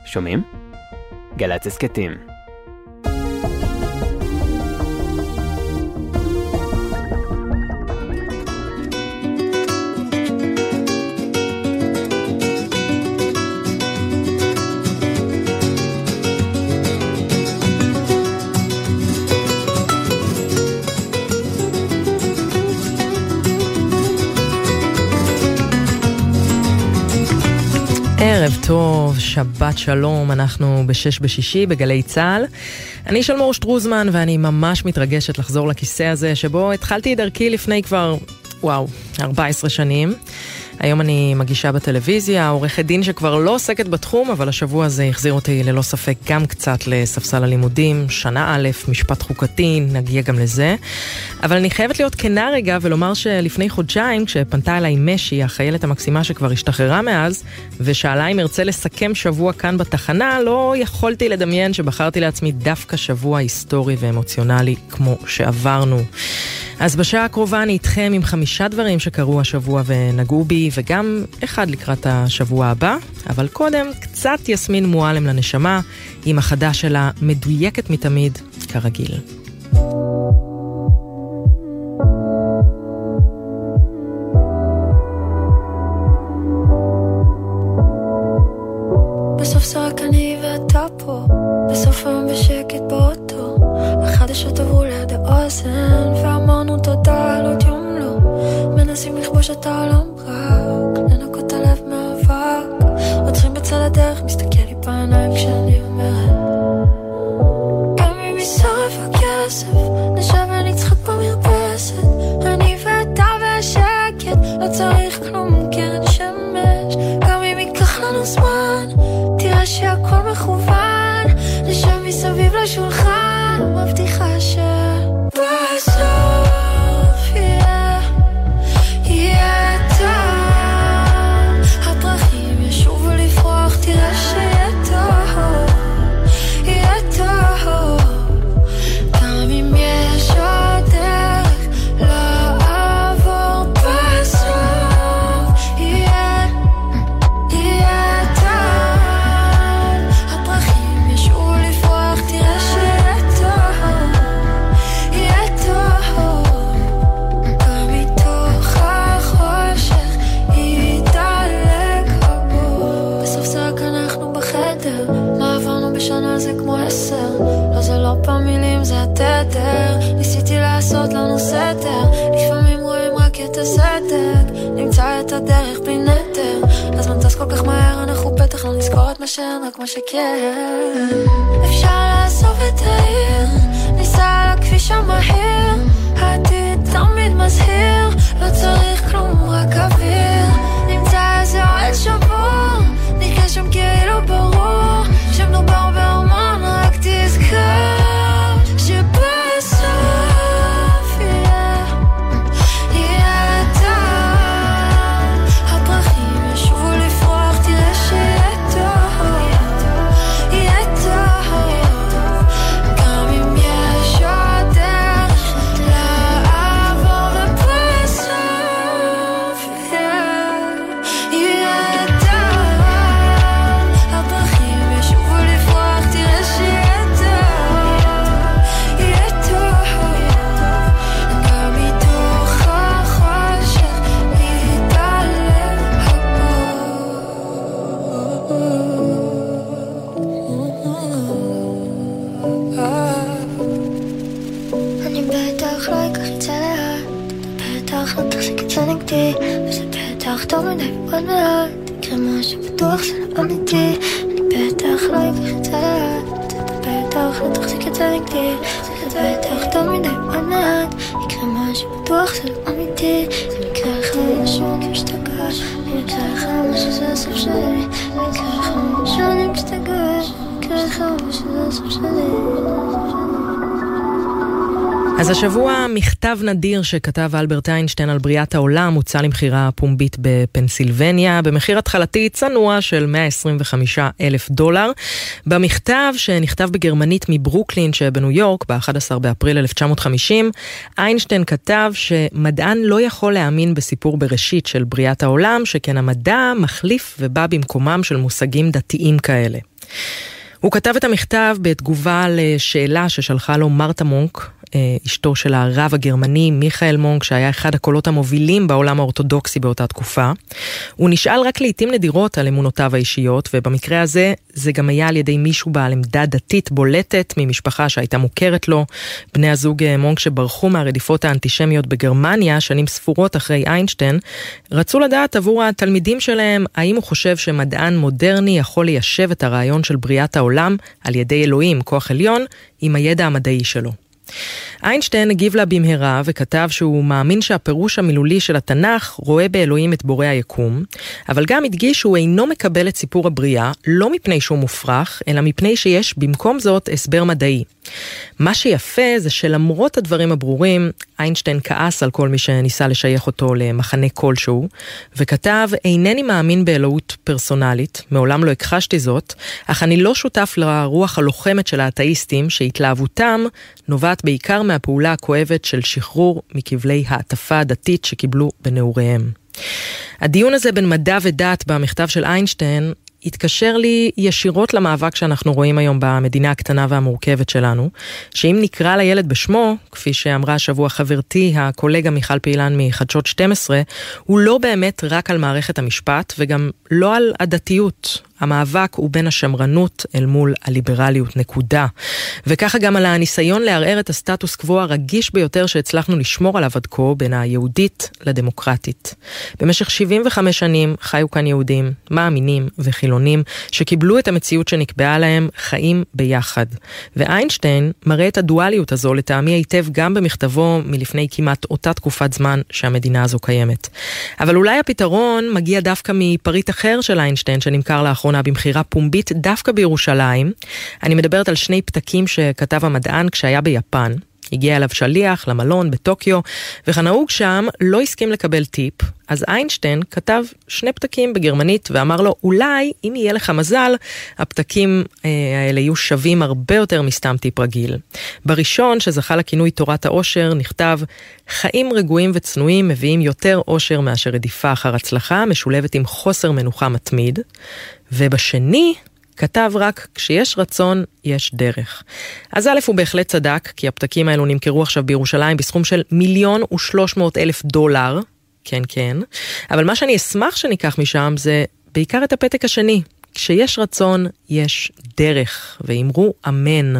שומעים? גל"צ הסכתים. ערב טוב, שבת שלום, אנחנו בשש בשישי בגלי צהל. אני שלמור שטרוזמן ואני ממש מתרגשת לחזור לכיסא הזה שבו התחלתי דרכי לפני כבר, 14 שנים. היום אני מגישה בטלוויזיה, עורכת דין שכבר לא עוסקת בתחום, אבל השבוע הזה החזיר אותי ללא ספק גם קצת לספסל הלימודים, שנה א', משפט חוקתי, נגיע גם לזה. אבל אני חייבת להיות כנה רגע ולומר שלפני חודשיים, כשפנתה אליי משי, החיילת המקסימה שכבר השתחררה מאז, ושאלה אם ארצה לסכם שבוע כאן בתחנה, לא יכולתי לדמיין שבחרתי לעצמי דווקא שבוע היסטורי ואמוציונלי כמו שעברנו. אז בשעה הקרובה אני איתכם עם 5 דברים שקרו השבוע ונגעו בי, וגם אחד לקראת השבוע הבא. אבל קודם, קצת יסמין מועלם לנשמה, עם החדש שלה מדויקת מתמיד, כרגיל. בסוף זה רק אני ואתה פה, בסוף היום בשקט באוטו, החדשות עברו ליד האוזן ואמרנו תודה על עוד יום לא, מנסים לכבוש את העולם רק לנקות הלב מאבק, עוצרים בצד הדרך, מסתכל לי בעיניים כשאני אומרת גם אם ישרף הכסף נשב ונצחק במרפסת, אני ואתה והשקט לא צריך כלום קרן שמש, גם אם ייקח לנו זמן תראה שהכל מכוון, נשב מסביב לשולחן מבטיחה שבסוף יהיה טוב, הדרכים ישובו לפרוח, תראה שיהיה טוב, יהיה טוב, גם אם יש עוד דרך לעבור, בסוף יהיה טוב, הדרכים ישובו לפרוח, תראה שיהיה טוב, יהיה טוב, גם מתוך החושך ידלק הבוא, בסוף זה רק אנחנו בחדר, מה עברנו בשנה זה כמו 10, לא זה לא פעם מילים זה התדר, ניסיתי לעשות לנו סדר, לפעמים רואים רק את הסדק, נמצא את הדרך בלי נדר, הזמן טס כל כך מהר אנחנו בטח לא נזכור את מה שאין רק מה שכן, אפשר לעזוב את העיר, ניסע על הכביש המהיר, העתיד תמיד מזהיר, לא צריך כלום רק אוויר, נמצא איזה אוהל שבור, נחיה שם כאילו ברור, שמדובר באומן רק תזכר שבסוף יהיה טוב, הדרכים ישובו לפרוח, תראה שיהיה טוב, יהיה טוב, גם אם יש עוד דרך לעבור, ובסוף יהיה טוב, הדרכים ישובו לפרוח, תראה שיהיה טוב, יהיה טוב, גם מתוך החושך ידלק אני בטח לא אקח את זה לאט, בטח לא תחזיק את זה נגדי, וזה בטח טוב מדי ועוד מעט יקרה משהו בטוח זה לא אמיתי, אני בטח לא אקח את זה לאט, בטח לא תחזיק את זה נגדי, זה בטח טוב מדי ועוד מעט יקרה משהו בטוח זה לא אמיתי, זה מקרה אחד משהו כשתגע, זה מקרה אחד משהו זה הסוף שלי, זה מקרה אחד משהו כשתגע, זה מקרה אחד משהו זה הסוף שלי. אז השבוע מכתב נדיר שכתב אלברט איינשטיין על בריאת העולם הוצא למחירה פומבית בפנסילבניה, במחיר התחלתי צנוע של $125,000. במכתב שנכתב בגרמנית מברוקלין שבניו יורק ב-11 באפריל 1950, איינשטיין כתב שמדען לא יכול להאמין בסיפור בראשית של בריאת העולם, שכן המדע מחליף ובא במקומם של מושגים דתיים כאלה. הוא כתב את המכתב בתגובה לשאלה ששלחה לו מרתה מונק, אשתו של הרב הגרמני מיכאל מונק, שהיה אחד הקולות המובילים בעולם האורתודוקסי באותה תקופה. הוא נשאל רק לעתים נדירות על אמונותיו האישיות, ובמקרה הזה זה גם היה על ידי מישהו בעל עמדה דתית בולטת ממשפחה שהייתה מוכרת לו. בני הזוג מונק שברחו מהרדיפות האנטישמיות בגרמניה, שנים ספורות אחרי איינשטיין, רצו לדעת עבור התלמידים שלהם האם הוא חושב שמדען מודרני יכול ליישב את הרעיון של בריאת העולם על ידי אלוהים, כוח עליון, עם הידע המדעי שלו. איינשטיין הגיב לה במהרה וכתב שהוא מאמין שהפירוש המילולי של התנ"ך רואה באלוהים את בורא היקום, אבל גם הדגיש שהוא אינו מקבל את סיפור הבריאה, לא מפני שהוא מופרך, אלא מפני שיש במקום זאת הסבר מדעי. מה שיפה זה שלמרות הדברים הברורים, איינשטיין כעס על כל מי שניסה לשייך אותו למחנה כלשהו, וכתב, אינני מאמין באלוהות פרסונלית, מעולם לא הכחשתי זאת, אך אני לא שותף לרוח הלוחמת של האתאיסטים, שהתלהבותם נובעת בעיקר מהפעולה הכואבת של שחרור מכבלי העטפה הדתית שקיבלו בנעוריהם. הדיון הזה בין מדע ודת במכתב של איינשטיין התקשר לי ישירות למאבק שאנחנו רואים היום במדינה הקטנה והמורכבת שלנו, שאם נקרא לילד בשמו, כפי שאמרה השבוע חברתי, הקולגה מיכל פעילן מחדשות 12, הוא לא באמת רק על מערכת המשפט וגם לא על הדתיות. המאבק הוא בין השמרנות אל מול הליברליות, נקודה. וככה גם על הניסיון לערער את הסטטוס קוו הרגיש ביותר שהצלחנו לשמור עליו עד כה, בין היהודית לדמוקרטית. במשך 75 שנים חיו כאן יהודים, מאמינים וחילונים, שקיבלו את המציאות שנקבעה להם חיים ביחד. ואיינשטיין מראה את הדואליות הזו לטעמי היטב גם במכתבו מלפני כמעט אותה תקופת זמן שהמדינה הזו קיימת. אבל אולי הפתרון מגיע דווקא מפריט אחר של איינשטיין שנמכר לאחרונה במחירה פומבית דווקא בירושלים. אני מדברת על 2 פתקים שכתב המדען כשהיה ביפן. הגיע אליו שליח למלון בטוקיו, וכנהוג שם לא הסכים לקבל טיפ, אז איינשטיין כתב 2 פתקים בגרמנית ואמר לו, אולי אם יהיה לך מזל, הפתקים האלה יהיו שווים הרבה יותר מסתם טיפ רגיל. בראשון, שזכה לכינוי תורת האושר, נכתב, חיים רגועים וצנועים מביאים יותר אושר מאשר רדיפה אחר הצלחה, משולבת עם חוסר מנוחה מתמיד. ובשני כתב רק, כשיש רצון, יש דרך. אז א' הוא בהחלט צדק, כי הפתקים האלו נמכרו עכשיו בירושלים בסכום של $1,300,000. כן, כן. אבל מה שאני אשמח שניקח משם זה בעיקר את הפתק השני. כשיש רצון, יש דרך. ואמרו אמן.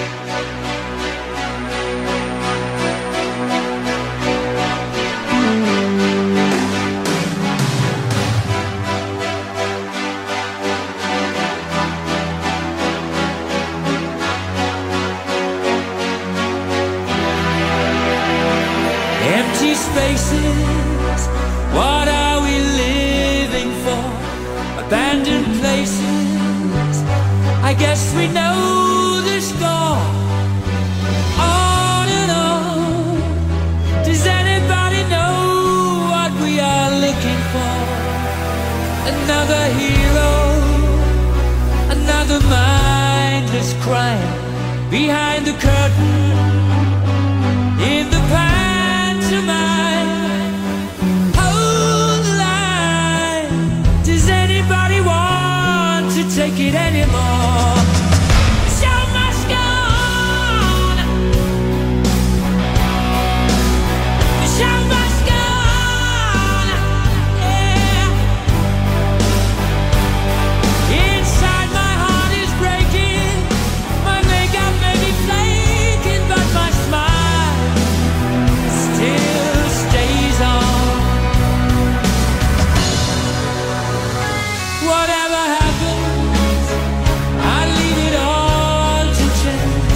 Spaces, what are we living for? Abandoned places, I guess we know the score. On and on, does anybody know what we are looking for? Another hero, another mindless crime behind the curtain, in the pantomime. Take it anymore. The show must go on. The show must go on. Yeah. Inside my heart is breaking. My makeup may be flaking, but my smile still stays on. Whatever happens, I leave it all to chance.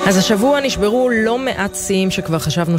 אז השבוע נשברו לא מעט שיאים שכבר חשבנו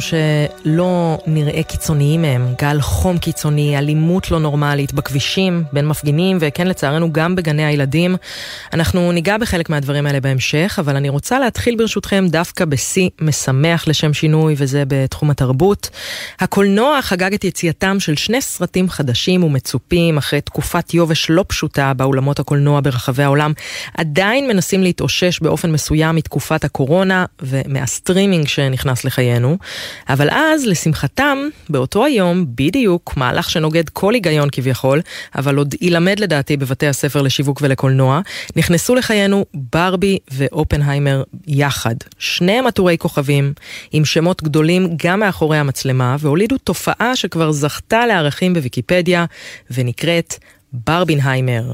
שלא נראה קיצוניים מהם. גל חום קיצוני, אלימות לא נורמלית בכבישים, בין מפגינים, וכן לצערנו גם בגני הילדים. אנחנו ניגע בחלק מהדברים האלה בהמשך, אבל אני רוצה להתחיל ברשותכם דווקא בשיא משמח לשם שינוי, וזה בתחום התרבות. הקולנוע חגג את יציאתם של 2 סרטים חדשים ומצופים, אחרי תקופת יובש לא פשוטה באולמות הקולנוע ברחבי העולם. עדיין מנסים להתאושש באופן מסוים מתקופת הקורונה, ומהסטרימינג שנכנס לחיינו, אבל אז לשמחתם באותו היום בדיוק מהלך שנוגד כל היגיון כביכול, אבל עוד ילמד לדעתי בבתי הספר לשיווק ולקולנוע, נכנסו לחיינו ברבי ואופנהיימר יחד, 2 עטורי כוכבים עם שמות גדולים גם מאחורי המצלמה, והולידו תופעה שכבר זכתה לערכים בוויקיפדיה ונקראת ברבינהיימר.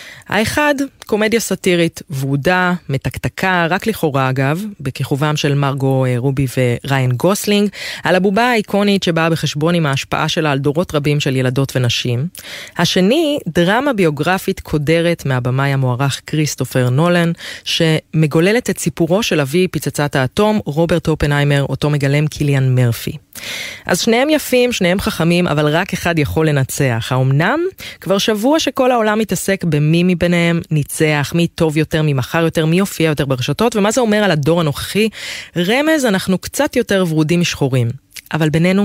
האחד, קומדיה סאטירית, ורודה, מתקתקה, רק לכאורה אגב, בכיכובם של מרגו רובי וריין גוסלינג, על הבובה האיקונית שבאה בחשבון עם ההשפעה שלה על דורות רבים של ילדות ונשים. השני, דרמה ביוגרפית קודרת מהבמאי המוערך כריסטופר נולן, שמגוללת את סיפורו של אבי פצצת האטום, רוברט אופנהיימר, אותו מגלם קיליאן מרפי. אז שניהם יפים, שניהם חכמים, אבל רק אחד יכול לנצח. האמנם? כבר שבוע שכל העולם מתעסק במי מביניהם ניצח, מי טוב יותר, מי מחר יותר, מי יופיע יותר ברשתות, ומה זה אומר על הדור הנוכחי? רמז, אנחנו קצת יותר ורודים משחורים. אבל בינינו,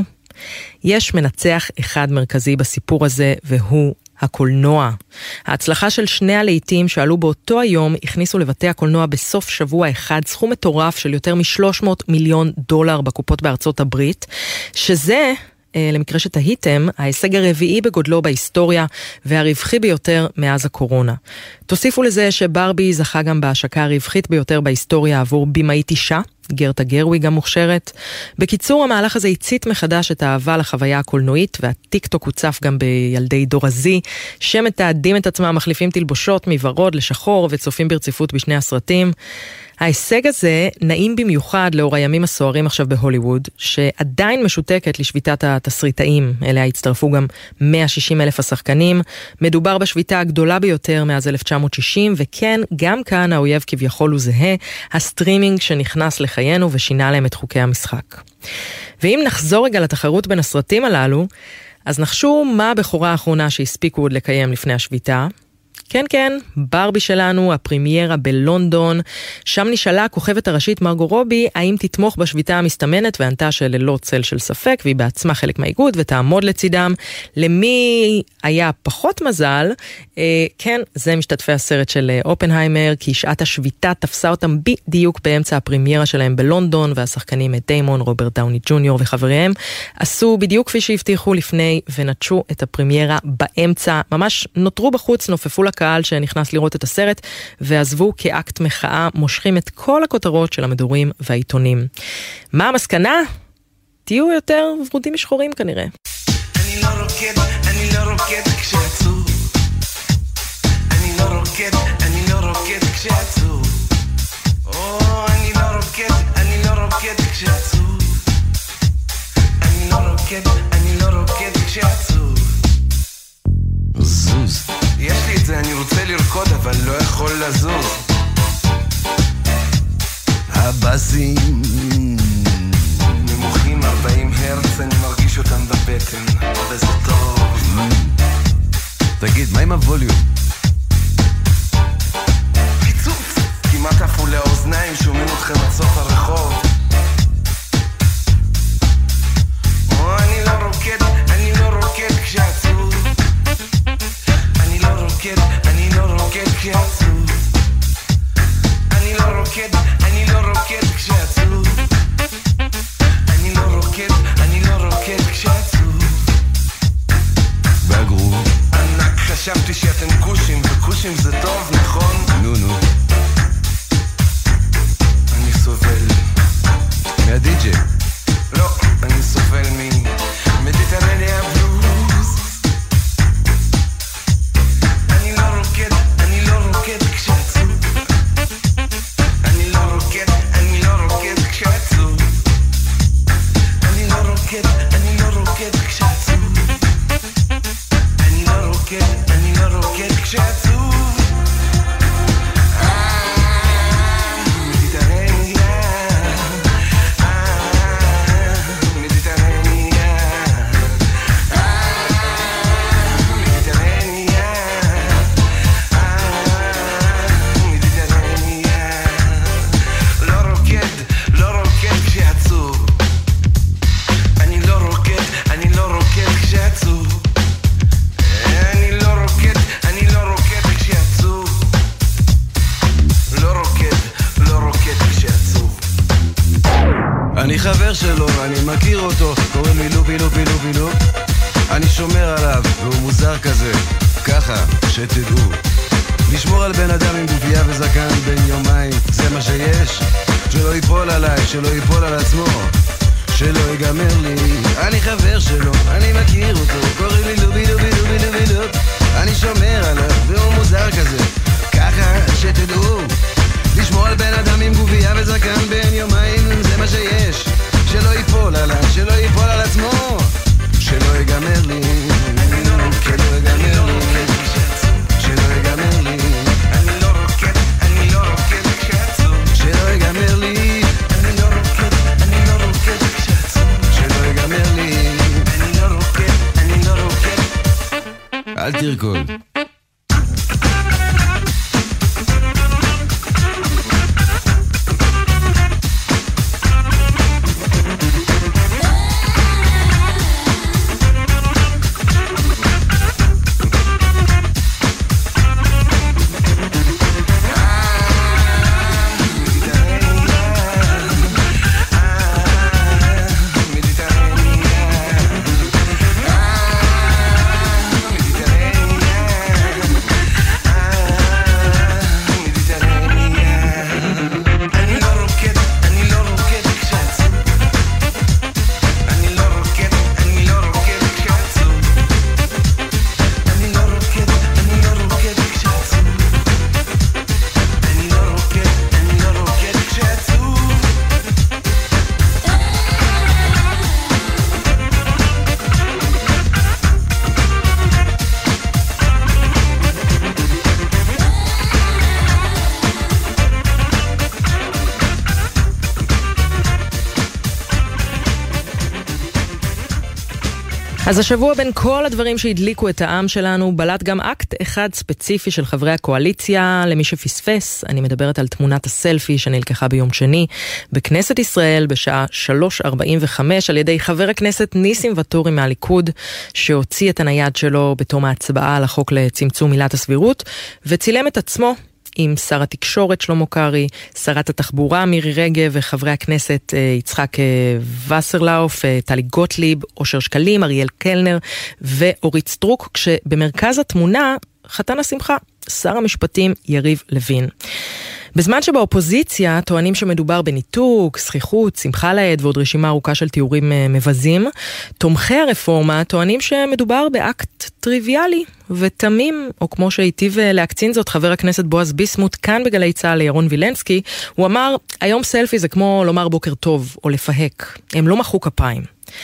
יש מנצח אחד מרכזי בסיפור הזה, והוא הקולנוע. ההצלחה של 2 הלהיטים שעלו באותו היום הכניסו לבתי הקולנוע בסוף שבוע אחד סכום מטורף של יותר $300 מיליון בקופות בארצות הברית, שזה למקרה שתהיתם, ההישג הרביעי בגודלו בהיסטוריה והרווחי ביותר מאז הקורונה. תוסיפו לזה שברבי זכה גם בהשקה הרווחית ביותר בהיסטוריה עבור בימאית אישה, גרטה גרוויג המוכשרת. בקיצור, המהלך הזה הצית מחדש את האהבה לחוויה הקולנועית, והטיקטוק הוצף גם בילדי דור הזי, שמתעדים את עצמם, מחליפים תלבושות מוורוד לשחור וצופים ברציפות בשני הסרטים. ההישג הזה נעים במיוחד לאור הימים הסוערים עכשיו בהוליווד, שעדיין משותקת לשביתת התסריטאים, אליה הצטרפו גם 160,000 השחקנים. מדובר בשביתה הגדולה ביותר מאז 1960, וכן, גם כאן האויב כביכול הוא זהה, הסטרימינג שנכנס לחיינו ושינה להם את חוקי המשחק. ואם נחזור רגע לתחרות בין הסרטים הללו, אז נחשו מה הבכורה האחרונה שהספיקו עוד לקיים לפני השביתה. כן, כן, ברבי שלנו, הפרימיירה בלונדון. שם נשאלה הכוכבת הראשית מרגו רובי, האם תתמוך בשביתה המסתמנת, וענתה שללא צל של ספק, והיא בעצמה חלק מהאיגוד ותעמוד לצידם. למי היה פחות מזל? כן, זה משתתפי הסרט של אופנהיימר, כי שעת השביתה תפסה אותם בדיוק באמצע הפרימיירה שלהם בלונדון, והשחקנים דיימון, רוברט דאוני ג'וניור וחבריהם, עשו בדיוק כפי שהבטיחו לפני, ונטשו את הפרימיירה באמצע, ממש נותרו בחוץ, נופפו לקהל שנכנס לראות את הסרט, ועזבו כאקט מחאה, מושכים את כל הכותרות של המדורים והעיתונים. מה המסקנה? תהיו יותר ורודים משחורים כנראה. אני לא רוקד כשעצוב. אני לא רוקד כשעצוב. אני לא רוקד כשעצוב. אני לא רוקד כשעצוב. זוז. יש לי את זה, אני רוצה לרקוד, אבל לא יכול לזוז. הבאסים נמוכים 40 הרץ, אני מרגיש אותם בבטן, וזה טוב. תגיד, מה עם הווליום? פיצוץ, כמעט עפו לאוזניים, שומעים אתכם עד סוף הרחוב. אני לא רוקד כשעצוב. אני לא רוקד כשעצוב. אני לא רוקד כשעצוב. אני לא רוקד כשעצוב. בגרו ענק, חשבתי שאתם קושים, וקושים זה טוב, נכון? נו אני סובל מהדי-ג'יי. לא, אני סובל ממדיטרניה בלוז. אני לא רוקד כשעצוב. אני לא רוקד כשעצוב. אני לא רוקד כשעצוב. אני לא רוקד כשעצוב. חבר שלו, אני מכיר אותו, קוראים לי לופי לופי לופי לופ. אני שומר עליו, והוא מוזר כזה, ככה, שתדעו. לשמור על בן אדם עם גופייה וזקן בין יומיים, זה מה שיש. שלא ייפול עליי, שלא ייפול על עצמו, שלא ייגמר לי. אני חבר שלו, אני מכיר אותו, קוראים לי לופי לופי לופי לופי לופ. אני שומר עליו, והוא מוזר כזה, ככה, שתדעו. לשמור על בן אדם עם גופייה וזקן בין יומיים, זה מה שיש. שלא ייפול עליי, שלא ייפול על עצמו, שלא ייגמר לי, שלא ייגמר לי, שלא ייגמר לי. אני לא רוקד, אני לא רוקד כשעצוב, שלא ייגמר לי. אני לא רוקד, אני לא רוקד כשעצוב, שלא ייגמר לי. אני לא רוקד, אני לא רוקד. אל תרקוד. אז השבוע בין כל הדברים שהדליקו את העם שלנו, בלט גם אקט אחד ספציפי של חברי הקואליציה. למי שפספס, אני מדברת על תמונת הסלפי שנלקחה ביום שני בכנסת ישראל בשעה 3:45 על ידי חבר הכנסת ניסים ואטורי מהליכוד, שהוציא את הנייד שלו בתום ההצבעה על החוק לצמצום עילת הסבירות, וצילם את עצמו עם שר התקשורת שלמה קרעי, שרת התחבורה מירי רגב וחברי הכנסת יצחק וסרלאוף, טלי גוטליב, אושר שקלים, אריאל קלנר ואורית סטרוק, כשבמרכז התמונה חתן השמחה, שר המשפטים יריב לוין. בזמן שבאופוזיציה טוענים שמדובר בניתוק, שכיחות, שמחה לעד ועוד רשימה ארוכה של תיאורים מבזים, תומכי הרפורמה טוענים שמדובר באקט טריוויאלי ותמים, או כמו שהיטיב להקצין זאת חבר הכנסת בועז ביסמוט כאן בגלי צהל לירון וילנסקי, הוא אמר, היום סלפי זה כמו לומר בוקר טוב או לפהק, הם לא מחאו כפיים.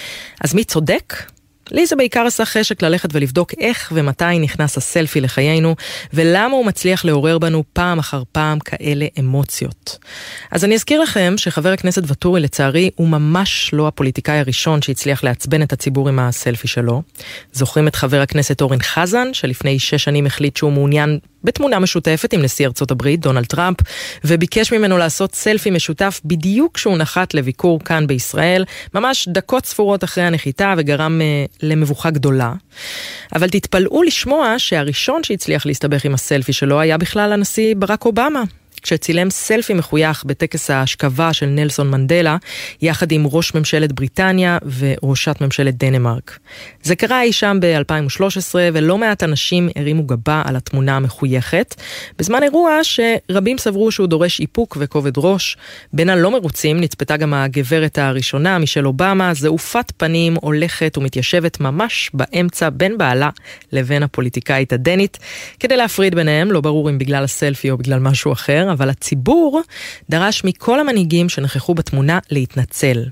אז מי צודק? לי זה בעיקר עשה חשק ללכת ולבדוק איך ומתי נכנס הסלפי לחיינו, ולמה הוא מצליח לעורר בנו פעם אחר פעם כאלה אמוציות. אז אני אזכיר לכם שחבר הכנסת ואטורי לצערי הוא ממש לא הפוליטיקאי הראשון שהצליח להצבן את הציבור עם הסלפי שלו. זוכרים את חבר הכנסת אורן חזן, שלפני 6 שנים החליט שהוא מעוניין בתמונה משותפת עם נשיא ארצות הברית, דונלד טראמפ, וביקש ממנו לעשות סלפי משותף בדיוק כשהוא נחת לביקור כאן בישראל, ממש דקות ספורות אחרי הנחיתה, וגרם למבוכה גדולה. אבל תתפלאו לשמוע שהראשון שהצליח להסתבך עם הסלפי שלו היה בכלל הנשיא ברק אובמה, כשצילם סלפי מחוייך בטקס ההשכבה של נלסון מנדלה, יחד עם ראש ממשלת בריטניה וראשת ממשלת דנמרק. זה קרה אי שם ב-2013, ולא מעט אנשים הרימו גבה על התמונה המחויכת, בזמן אירוע שרבים סברו שהוא דורש איפוק וכובד ראש. בין הלא מרוצים נצפתה גם הגברת הראשונה, מישל אובמה, זעופת פנים הולכת ומתיישבת ממש באמצע בין בעלה לבין הפוליטיקאית הדנית, כדי להפריד ביניהם, לא ברור אם בגלל הסלפי או בגלל משהו אחר, אבל הציבור דרש מכל המנהיגים שנכחו בתמונה להתנצל.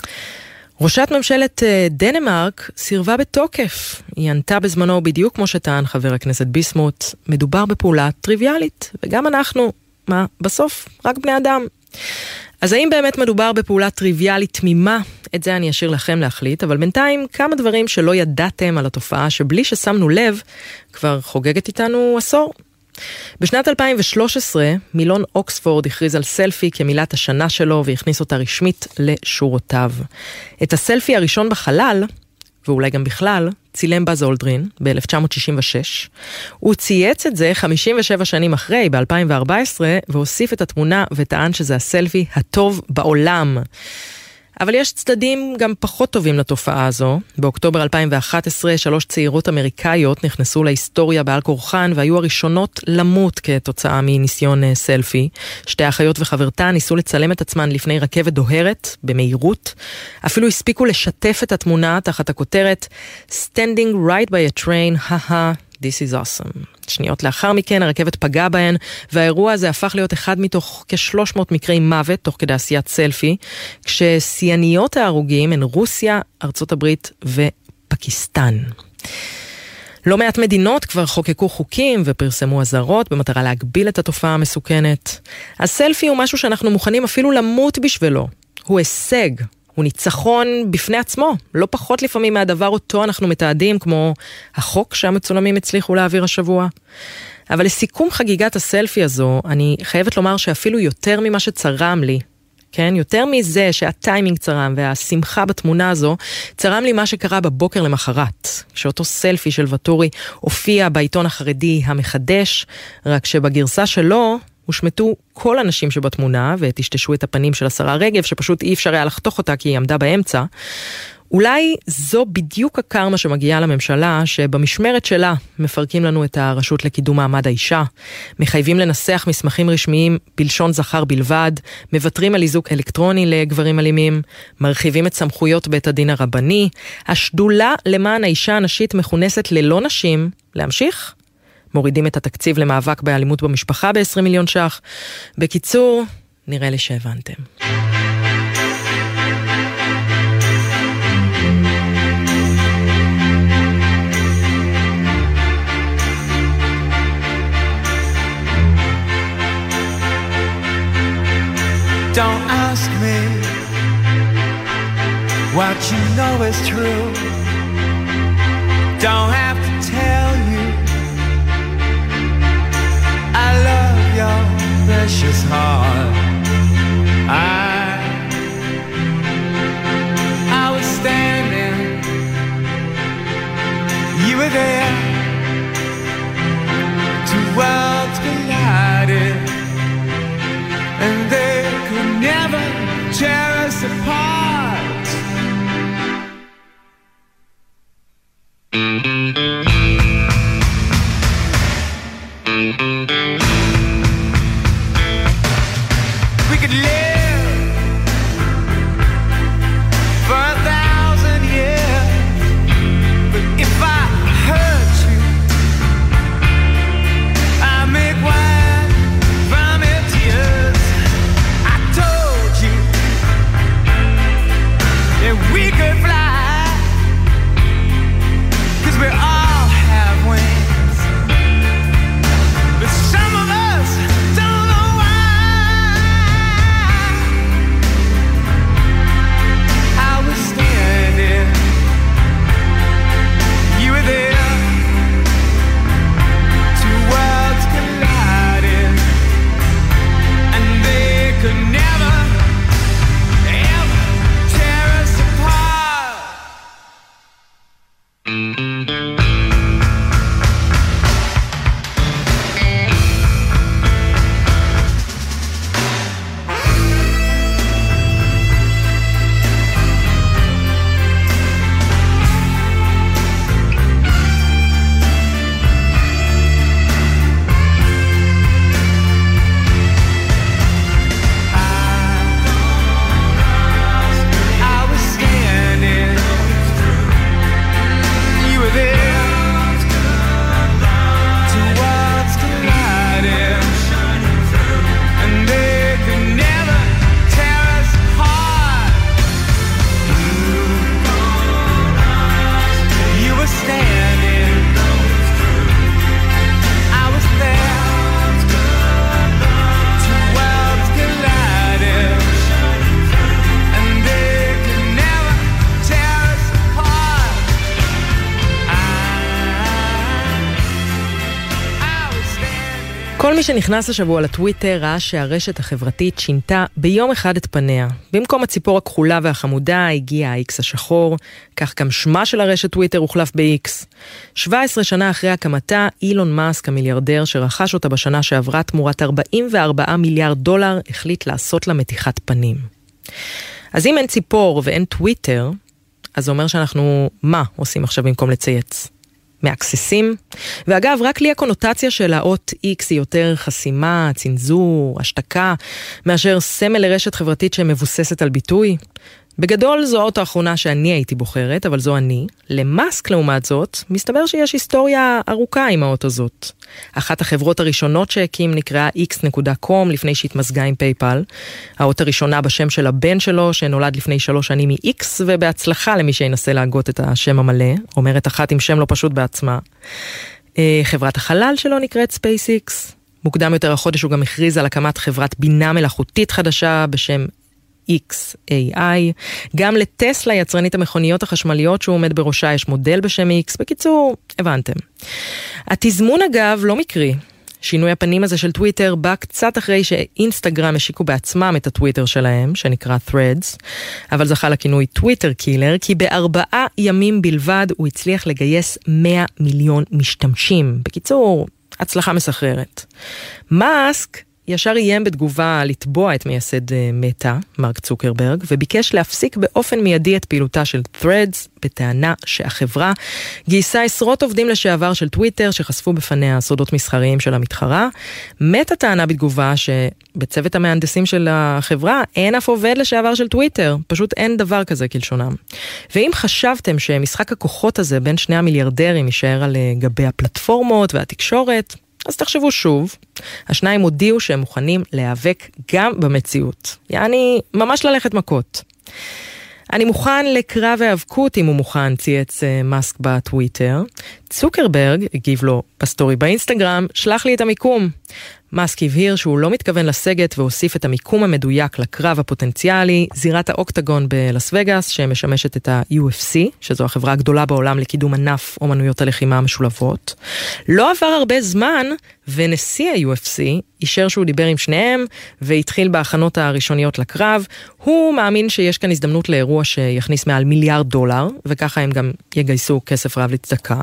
ראשת ממשלת דנמרק סירבה בתוקף. היא ענתה בזמנו בדיוק כמו שטען חבר הכנסת ביסמוט, מדובר בפעולה טריוויאלית, וגם אנחנו, בסוף רק בני אדם. אז האם באמת מדובר בפעולה טריוויאלית תמימה? את זה אני אשאיר לכם להחליט, אבל בינתיים כמה דברים שלא ידעתם על התופעה שבלי ששמנו לב כבר חוגגת איתנו עשור. בשנת 2013 מילון אוקספורד הכריז על סלפי כמילת השנה שלו והכניס אותה רשמית לשורותיו. את הסלפי הראשון בחלל, ואולי גם בכלל, צילם באז אולדרין ב-1966. הוא צייץ את זה 57 שנים אחרי, ב-2014, והוסיף את התמונה וטען שזה הסלפי הטוב בעולם. אבל יש צדדים גם פחות טובים לתופעה הזו. באוקטובר 2011, 3 צעירות אמריקאיות נכנסו להיסטוריה בעל כורחן, והיו הראשונות למות כתוצאה מניסיון סלפי. 2 אחיות וחברתה ניסו לצלם את עצמן לפני רכבת דוהרת, במהירות. אפילו הספיקו לשתף את התמונה תחת הכותרת Standing right by a train, haha, this is awesome. שניות לאחר מכן הרכבת פגעה בהן, והאירוע הזה הפך להיות אחד מתוך כ-300 מקרי מוות תוך כדי עשיית סלפי, כששיאניות ההרוגים הן רוסיה, ארצות הברית ופקיסטן. לא מעט מדינות כבר חוקקו חוקים ופרסמו אזהרות במטרה להגביל את התופעה המסוכנת. הסלפי הוא משהו שאנחנו מוכנים אפילו למות בשבילו. הוא הישג. הוא ניצחון בפני עצמו, לא פחות לפעמים מהדבר אותו אנחנו מתעדים, כמו החוק שהמצולמים הצליחו להעביר השבוע. אבל לסיכום חגיגת הסלפי הזו, אני חייבת לומר שאפילו יותר ממה שצרם לי, כן? יותר מזה שהטיימינג צרם והשמחה בתמונה הזו, צרם לי מה שקרה בבוקר למחרת, כשאותו סלפי של וטורי הופיע בעיתון החרדי המחדש, רק שבגרסה שלו הושמטו כל הנשים שבתמונה, ותשתשו את הפנים של השרה רגב, שפשוט אי אפשר היה לחתוך אותה כי היא עמדה באמצע. אולי זו בדיוק הקרמה שמגיעה לממשלה, שבמשמרת שלה מפרקים לנו את הרשות לקידום מעמד האישה, מחייבים לנסח מסמכים רשמיים בלשון זכר בלבד, מבטרים על איזוק אלקטרוני לגברים אלימים, מרחיבים את סמכויות בית הדין הרבני, השדולה למען האישה הנשית מכונסת ללא נשים, להמשיך? מורידים את התקציב למאבק באלימות במשפחה ב-20 מיליון ש"ח. בקיצור, נראה לי שהבנתם. Don't ask me what you know is true. Don't have to tell you I love your precious heart. I was standing, you were there. Two worlds collided, and they could never tear us apart. We could live for 1,000 years, but if I hurt you, I make wine from your tears. I told you that we could fly, 'cause we all have wings, but some of us don't know why. I was standing, you were there. Two worlds collided, and they could never, ever tear us apart. I was standing, you were there. Two worlds collided, and they could never tear us apart. You were standing, I was there. Two worlds collided, and they could never tear us apart. I was standing. כל מי שנכנס השבוע לטוויטר ראה שהרשת החברתית שינתה ביום אחד את פניה. במקום הציפור הכחולה והחמודה הגיע ה-X השחור, כך גם שמה של הרשת טוויטר הוחלף ב-X. 17 שנה אחרי הקמתה, אילון מאסק, המיליארדר שרכש אותה בשנה שעברה תמורת $44 מיליארד, החליט לעשות לה מתיחת פנים. אז אם אין ציפור ואין טוויטר, אז זה אומר שאנחנו, מה עושים עכשיו במקום לצייץ? מאקססים? ואגב, רק לי הקונוטציה של האות X היא יותר חסימה, צנזור, השתקה, מאשר סמל לרשת חברתית שמבוססת על ביטוי. בגדול זו האות האחרונה שאני הייתי בוחרת, אבל זו אני. למאסק לעומת זאת, מסתבר שיש היסטוריה ארוכה עם האות הזאת. אחת החברות הראשונות שהקים נקראה x.com לפני שהתמזגה עם פייפל. האות הראשונה בשם של הבן שלו שנולד לפני 3 שנים מ-X, ובהצלחה למי שינסה להגות את השם המלא. אומרת אחת עם שם לא פשוט בעצמה. חברת החלל שלו נקראת SpaceX. מוקדם יותר החודש הוא גם הכריז על הקמת חברת בינה מלאכותית חדשה בשם XAI. גם לטסלה, יצרנית המכוניות החשמליות שהוא עומד בראשה, יש מודל בשם X. בקיצור, הבנתם. התזמון אגב לא מקרי. שינוי הפנים הזה של טוויטר בא קצת אחרי שאינסטגרם השיקו בעצמם את הטוויטר שלהם, שנקרא Threads, אבל זכה לכינוי טוויטר קילר, כי ב4 ימים בלבד הוא הצליח לגייס 100 מיליון משתמשים. בקיצור, הצלחה מסחררת. מאסק ישר איים בתגובה לתבוע את מייסד מטה, מרק צוקרברג, וביקש להפסיק באופן מיידי את פעילותה של Threads, בטענה שהחברה גייסה עשרות עובדים לשעבר של טוויטר, שחשפו בפניה סודות מסחריים של המתחרה. מטה טענה בתגובה שבצוות המהנדסים של החברה אין אף עובד לשעבר של טוויטר, פשוט אין דבר כזה כלשונם. ואם חשבתם שמשחק הכוחות הזה בין שני המיליארדרים יישאר על גבי הפלטפורמות והתקשורת, אז תחשבו שוב, השניים הודיעו שהם מוכנים להיאבק גם במציאות. יעני, ממש ללכת מכות. אני מוכן לקרב והאבקות אם הוא מוכן, צייץ מאסק בטוויטר. צוקרברג הגיב לו בסטורי באינסטגרם, שלח לי את המיקום. מאסק הבהיר שהוא לא מתכוון לסגת והוסיף את המיקום המדויק לקרב הפוטנציאלי, זירת האוקטגון בלס וגאס, שמשמשת את ה-UFC, שזו החברה הגדולה בעולם לקידום ענף אומנויות הלחימה המשולבות. לא עבר הרבה זמן, ונשיא ה-UFC אישר שהוא דיבר עם שניהם, והתחיל בהכנות הראשוניות לקרב. הוא מאמין שיש כאן הזדמנות לאירוע שיכניס מעל $1 מיליארד, וככה הם גם יגייסו כסף רב לצדקה.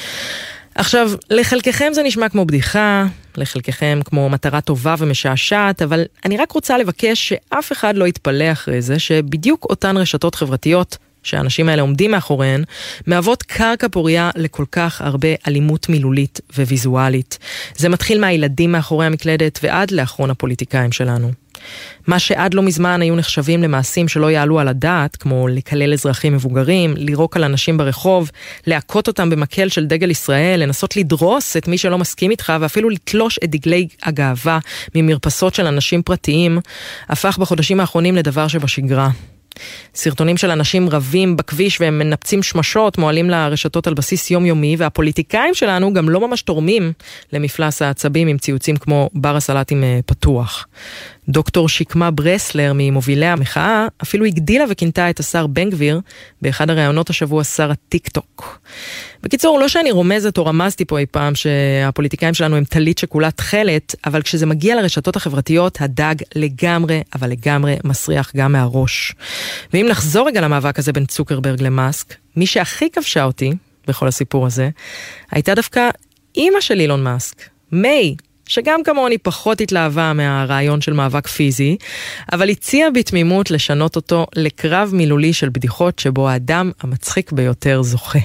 עכשיו, לחלקכם זה נשמע כמו בדיחה, לחלקכם כמו מטרה טובה ומשעשעת, אבל אני רק רוצה לבקש שאף אחד לא יתפלא אחרי זה, שבדיוק אותן רשתות חברתיות שהאנשים האלה עומדים מאחוריהן, מהוות קרקע פוריה לכל כך הרבה אלימות מילולית וויזואלית. זה מתחיל מהילדים מאחורי המקלדת ועד לאחרון הפוליטיקאים שלנו. מה שעד לא מזמן היו נחשבים למעשים שלא יעלו על הדעת, כמו לקלל אזרחים מבוגרים, לירוק על אנשים ברחוב, להכות אותם במקל של דגל ישראל, לנסות לדרוס את מי שלא מסכים איתך, ואפילו לתלוש את דגלי הגאווה ממרפסות של אנשים פרטיים, הפך בחודשים האחרונים לדבר שבשגרה. סרטונים של אנשים רבים בכביש והם מנפצים שמשות מועלים לרשתות על בסיס יומיומי, והפוליטיקאים שלנו גם לא ממש תורמים למפלס העצבים עם ציוצים כמו בר הסלטים פתוח. דוקטור שקמה ברסלר ממובילי המחאה אפילו הגדילה וכינתה את השר בן גביר באחד הראיונות השבוע שר הטיק טוק. בקיצור, לא שאני רומזת או רמזתי פה אי פעם שהפוליטיקאים שלנו הם טלית שכולה תכלת, אבל כשזה מגיע לרשתות החברתיות הדג לגמרי, אבל לגמרי מסריח גם מהראש. ואם נחזור רגע למאבק הזה בין צוקרברג למאסק, מי שהכי כבשה אותי בכל הסיפור הזה הייתה דווקא אמא של אילון מאסק, מיי, שגם כמוני פחות התלהבה מהרעיון של מאבק פיזי, אבל הציעה בתמימות לשנות אותו לקרב מילולי של בדיחות שבו האדם המצחיק ביותר זוכה.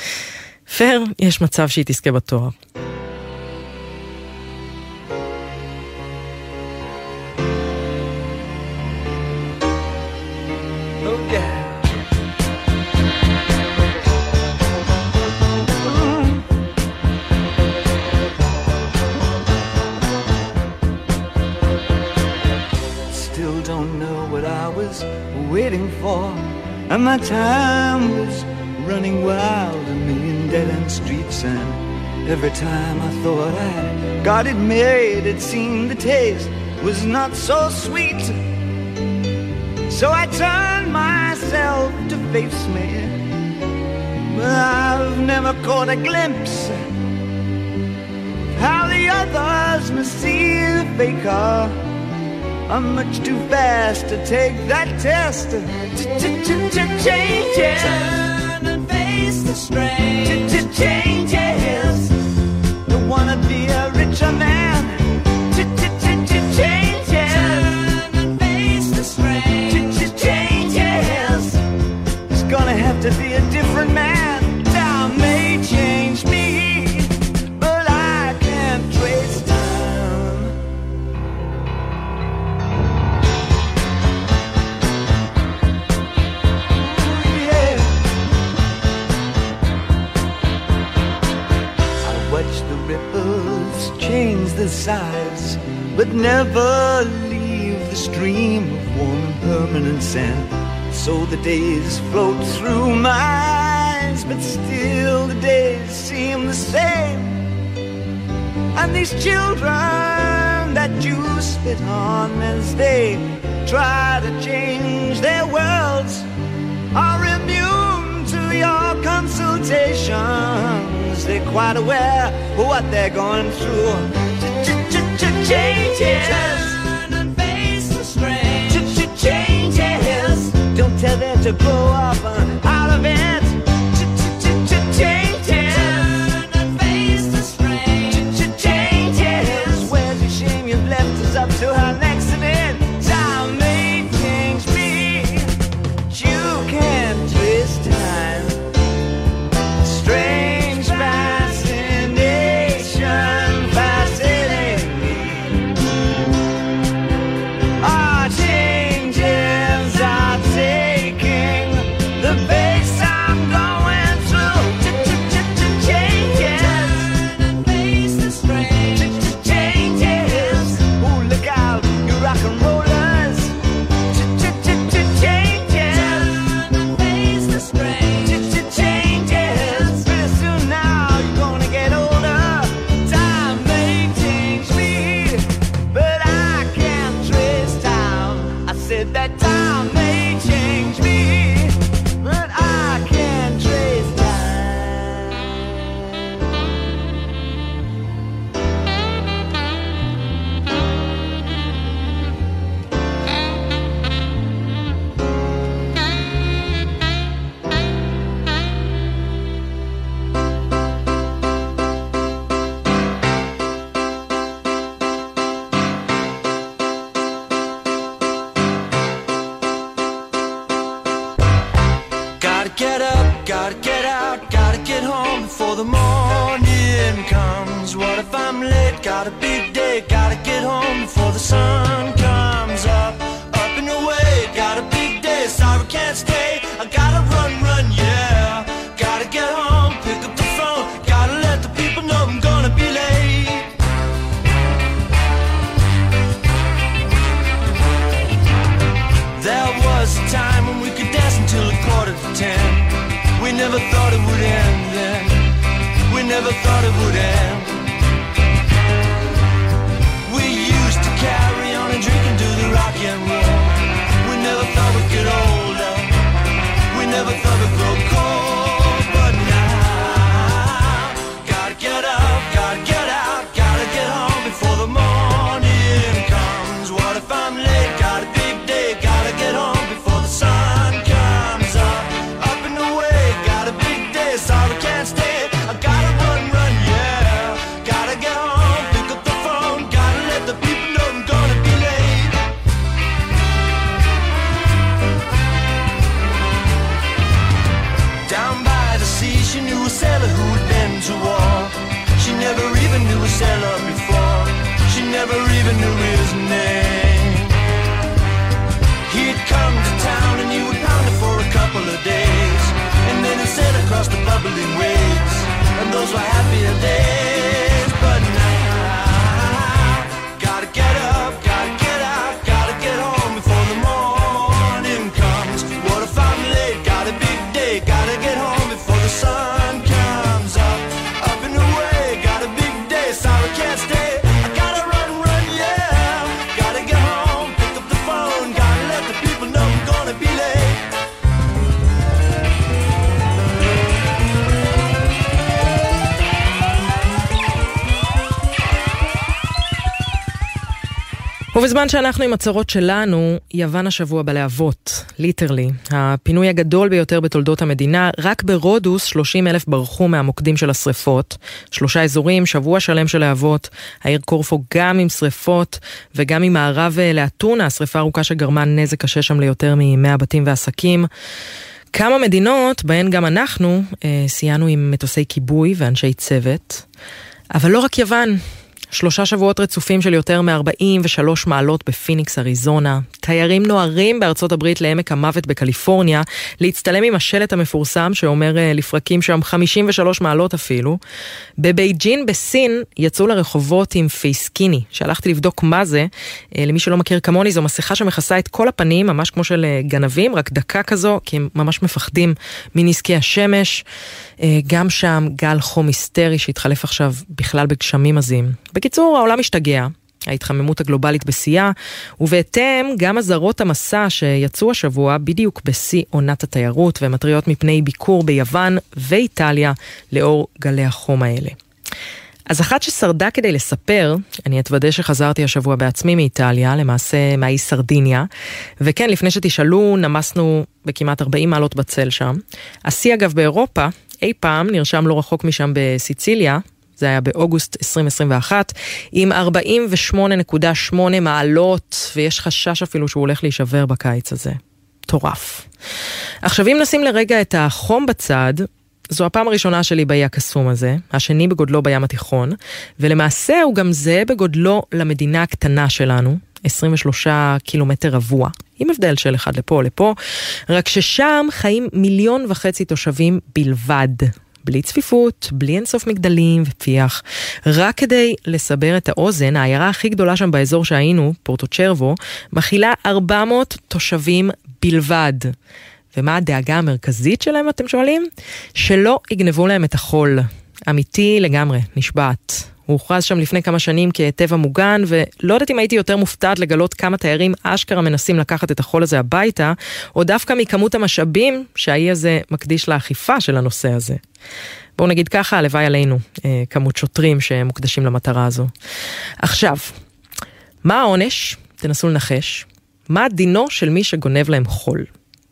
פר, יש מצב שהיא תזכה בתואר. Waiting for, and my time was running wild, a million dead-end streets, and every time I thought I got it made, it seemed the taste was not so sweet. So I turned myself to face me, but I've never caught a glimpse how the others must see the faker. I'm much too fast to take that test. Changes. Turn and face the strain. Changes. Don't wanna be a richer man. Changes. Turn and face the strain. Changes. the sides, but never leave the stream of warm and permanent sand. So the days float through my eyes, but still the days seem the same. And these children that you spit on as they try to change their worlds are immune to your consultations. They're quite aware of what they're going through. Changes and face the strain. Changes. Don't tell them to grow up out of it. Changes and face the strain. Changes. Where's your shame? You've left us up to our accident. Time may change me. You can't twist time. Strange fascination, fascinating me. Our changes are taking the pace I'm going through. Changes and face the strain. Changes. Ooh, look out, you rock and rollers. Changes and face the strain. Changes. Pretty soon now you're gonna get older. Time may change me, but I can't trace time. I said that time may change me, but I can't trace time. Gotta get up, gotta get out, gotta get home before the morning comes. What if I'm late? Got a big day, gotta get home before the sun comes up. Up and away, got a big day, sorry can't stay. I gotta run, yeah. Gotta get home, pick up the phone, gotta let the people know I'm gonna be late. There was a time when we could dance until 9:45. We never thought it would end then. We never thought it would end. We used to carry on and drink and do the rock and roll. We never thought we'd get older. We never thought we'd grow cold. But now, gotta get up, gotta get out, gotta get home before the morning comes. What if I'm late? Got a big day, gotta get home before the sun comes up. Up and away, got a big day, sorry can't stay. I gotta run, yeah. Gotta get home, pick up the phone, gotta let the people know I'm gonna be late. Down by the sea, she knew a sailor who had been to war. She never even knew a sailor before. She never even knew his name. He'd come to town and he would pound it for a couple of days, and then he'd sail across the bubbling waves, and those were happier days. But now, gotta get up, gotta get out, gotta get home before the morning comes. What if I'm late? Got a big day, gotta get home before the sun comes up. Up and away, got a big day, sorry can't stay. I gotta run, yeah. Gotta get home, pick up the phone, gotta let the people know I'm gonna be late. ובזמן שאנחנו עם הצרות שלנו, יוון השבוע בלהבות, ליטרלי. הפינוי הגדול ביותר בתולדות המדינה, רק ברודוס 30,000 ברחו מהמוקדים של השריפות. 3 אזורים, שבוע שלם של להבות. העיר קורפו גם עם שריפות, וגם עם מערב לאתונה, השריפה ארוכה שגרמה נזק קשה שם ליותר מ100 בתים ועסקים. כמה מדינות, בהן גם אנחנו, סייענו עם מטוסי כיבוי ואנשי צוות. אבל לא רק יוון. 3 שבועות רצופים של יותר מ-43 מעלות בפיניקס, אריזונה. תיירים נוערים בארצות הברית לעמק המוות בקליפורניה, להצטלם עם השלט המפורסם שאומר לפרקים שם 53 מעלות אפילו. בבייג'ין בסין יצאו לרחובות עם פייסקיני, שהלכתי לבדוק מה זה. למי שלא מכיר כמוני, זו מסכה שמכסה את כל הפנים, ממש כמו של גנבים, רק דקה כזו, כי הם ממש מפחדים מנזקי השמש. גם שם גל חום היסטרי שהתחלף עכשיו בכלל בגשמים עזים. בקיצור, העולם משתגע, ההתחממות הגלובלית בשיאה, ובהתאם גם הזרות המסע שיצאו השבוע בדיוק בשיא עונת התיירות, ומטריות מפני ביקור ביוון ואיטליה לאור גלי החום האלה. אז אחת ששרדה כדי לספר, אני אתוודא שחזרתי השבוע בעצמי מאיטליה, למעשה מהאי סרדיניה, וכן, לפני שתשאלו, נמסנו בכמעט 40 מעלות בצל שם. השיא אגב באירופה, אי פעם נרשם לא רחוק משם בסיציליה, זה היה באוגוסט 2021, עם 48.8 מעלות, ויש חשש אפילו שהוא הולך להישבר בקיץ הזה. טורף. עכשיו, אם נשים לרגע את החום בצד, זו הפעם הראשונה שלי באי הקסום הזה, השני בגודלו בים התיכון, ולמעשה הוא גם זה בגודלו למדינה הקטנה שלנו, 23 קילומטר רבוע, עם הבדל של אחד לפה או לפה, רק ששם חיים 1.5 מיליון תושבים בלבד. בלי צפיפות, בלי אינסוף מגדלים ופיח. רק כדי לסבר את האוזן, העיירה הכי גדולה שם באזור שהיינו, פורטו צ'רבו, מכילה 400 תושבים בלבד. ומה הדאגה המרכזית שלהם, אתם שואלים? שלא יגנבו להם את החול. אמיתי לגמרי, נשבעת. הוא הוכרז שם לפני כמה שנים כטבע מוגן, ולא יודעת אם הייתי יותר מופתעת לגלות כמה תיירים אשכרה מנסים לקחת את החול הזה הביתה, או דווקא מכמות המשאבים שהאי הזה מקדיש לאכיפה של הנושא הזה. בואו נגיד ככה, הלוואי עלינו כמות שוטרים שמוקדשים למטרה הזו. עכשיו, מה העונש? תנסו לנחש. מה דינו של מי שגונב להם חול?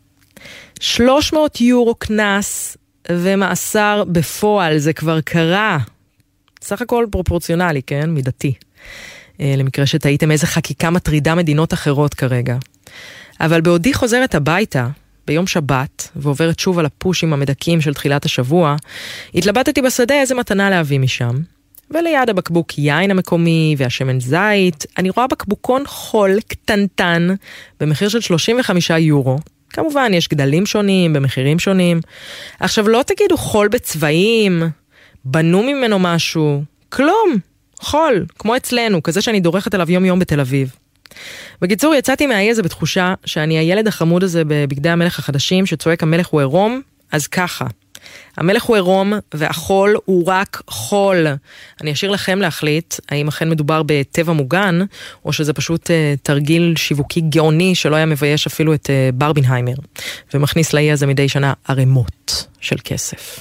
300 יורו קנס ומאסר בפועל, זה כבר קרה. סך הכל פרופורציונלי, כן? מידתי. למקרה שתהיתם איזה חקיקה מטרידה מדינות אחרות כרגע. אבל בעודי חוזרת הביתה, ביום שבת, ועוברת שוב על הפושים המדקים של תחילת השבוע, התלבטתי בשדה איזה מתנה להביא משם. וליד הבקבוק יין המקומי והשמן זית, אני רואה בקבוקון חול קטנטן, במחיר של 35 יורו. כמובן, יש גדלים שונים, במחירים שונים. עכשיו, לא תגידו חול בצבעים, בנו ממנו משהו, כלום, חול, כמו אצלנו, כזה שאני דורכת עליו יום יום בתל אביב. בקיצור, יצאתי מהאי הזה בתחושה שאני הילד החמוד הזה בבגדי המלך החדשים, שצועק המלך הוא עירום, אז ככה. המלך הוא עירום והחול הוא רק חול. אני אשאיר לכם להחליט האם אכן מדובר בטבע מוגן, או שזה פשוט תרגיל שיווקי גאוני שלא היה מבייש אפילו את ברבנהיימר, ומכניס לאי הזה מדי שנה ערימות של כסף.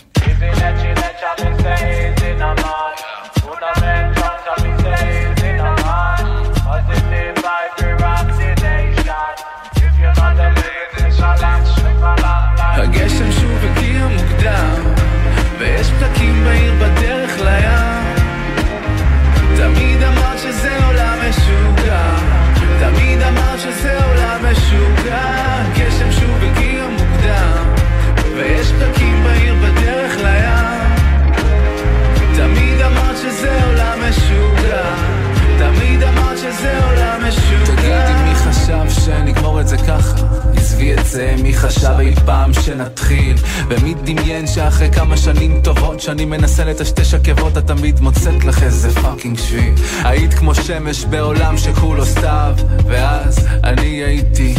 הגשם שוב הגיע מוקדם, ויש פתקים בעיר בדרך לים. תמיד אמרת שזה עולם משוגע, תמיד אמרת שזה עולם משוגע. גשם שוב הגיע מוקדם, ויש פתקים בעיר בדרך לים. תמיד אמרת שזה עולם משוגע, תמיד אמרת שזה עולם משוגע. תגידי מי חשב שנגמור את זה ככה, עזבי את זה, מי חשב אי פעם שנתחיל, ומי דמיין שאחרי כמה שנים טובות שאני מנסה לטשטש עקבות, את תמיד מוצאת לך איזה פאקינג שביל. היית כמו שמש בעולם שכולו סתיו, ואז אני הייתי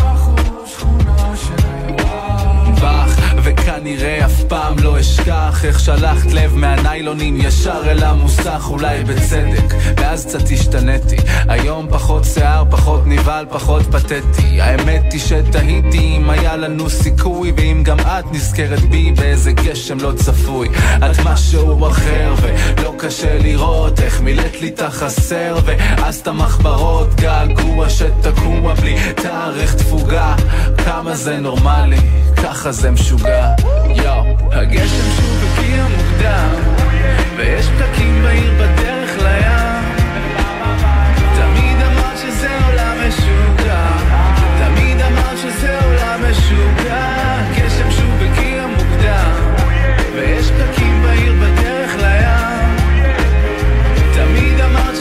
בח, וכנראה אף פעם לא אשכח איך שלחת לב מהניילונים ישר אל המוסך, אולי בצדק, ואז קצת השתניתי. היום פחות שיער, פחות ניבל, פחות פתטי. האמת היא שתהיתי אם היה לנו סיכוי, ואם גם את נזכרת בי באיזה גשם לא צפוי. את משהו אחר ולא קשה לראות איך מילאת לי את החסר, ואז את המחברות געגוע שתקוע בלי תאריך תפוגה. כמה זה נורמלי, ככה זה משוגע. יאו, הגשם שוב הגיע מוקדם, ויש פתקים בעיר בדרך לים. תמיד אמרת שזה עולם משוגע, תמיד אמרת שזה עולם משוגע. גשם שוב הגיע מוקדם, ויש פתקים בעיר בדרך לים. תמיד אמרת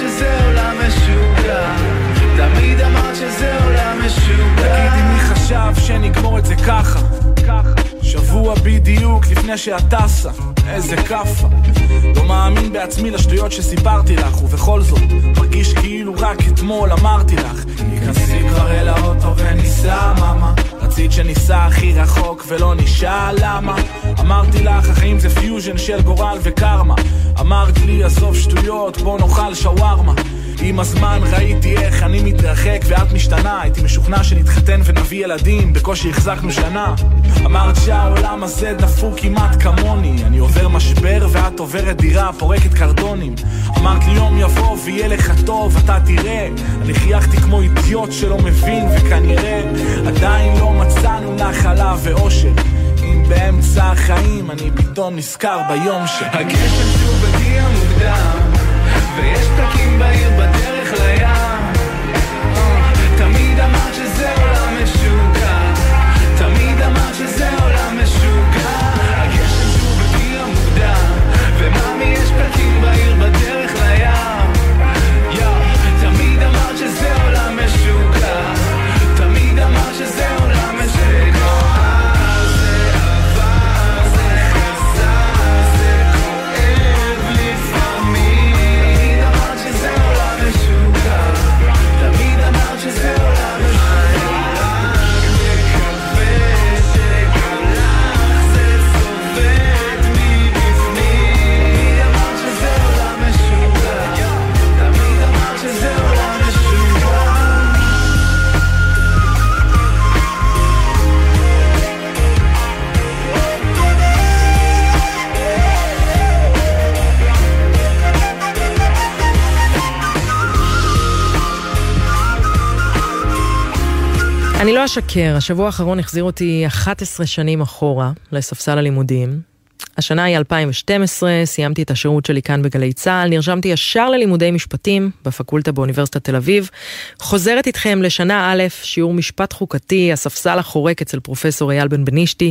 עכשיו שנגמור את זה ככה, שבוע בדיוק לפני שאת טסה, איזה קפה. לא מאמין בעצמי לשטויות שסיפרתי לך, ובכל זאת מרגיש כאילו רק אתמול אמרתי לך ניכנסי כבר אל האוטו וניסע מאמה. רצית שניסע הכי רחוק ולא נשאל למה. אמרתי לך החיים זה פיוז'ן של גורל וקרמה. אמרת לי עזוב שטויות בוא נאכל שווארמה. עם הזמן ראיתי איך אני מתרחק ואת משתנה. הייתי משוכנע שנתחתן ונביא ילדים, בקושי החזקנו שנה. אמרת שהעולם הזה דפוק כמעט כמוני, אני עובר משבר ואת עוברת דירה פורקת קרטונים. אמרת לי יום יבוא ויהיה לך טוב אתה תראה. אני חייכתי כמו אידיוט שלא מבין, וכנראה עדיין לא מצאנו נחלה ואושר. אם באמצע החיים אני פתאום נזכר ביום הגשם שוב הגיע מוקדם ויש פקקים בעיר בדרך לים. תמיד אמרת שזה עולם משוגע, תמיד אמרת שזה עולם משוגע. הגשם שוב הגיע מוקדם ומאמי יש פקקים בעיר בדרך לים. תמיד אמרת שזה עולם משוגע, תמיד אמרת שזה עולם משוגע. אני לא אשקר, השבוע האחרון החזיר אותי 11 שנים אחורה לספסל הלימודים. השנה היא 2012, סיימתי את השירות שלי כאן בגלי צהל, נרשמתי ישר ללימודי משפטים בפקולטה באוניברסיטת תל אביב. חוזרת איתכם לשנה א', שיעור משפט חוקתי, הספסל החורק אצל פרופסור אייל בן בנישתי,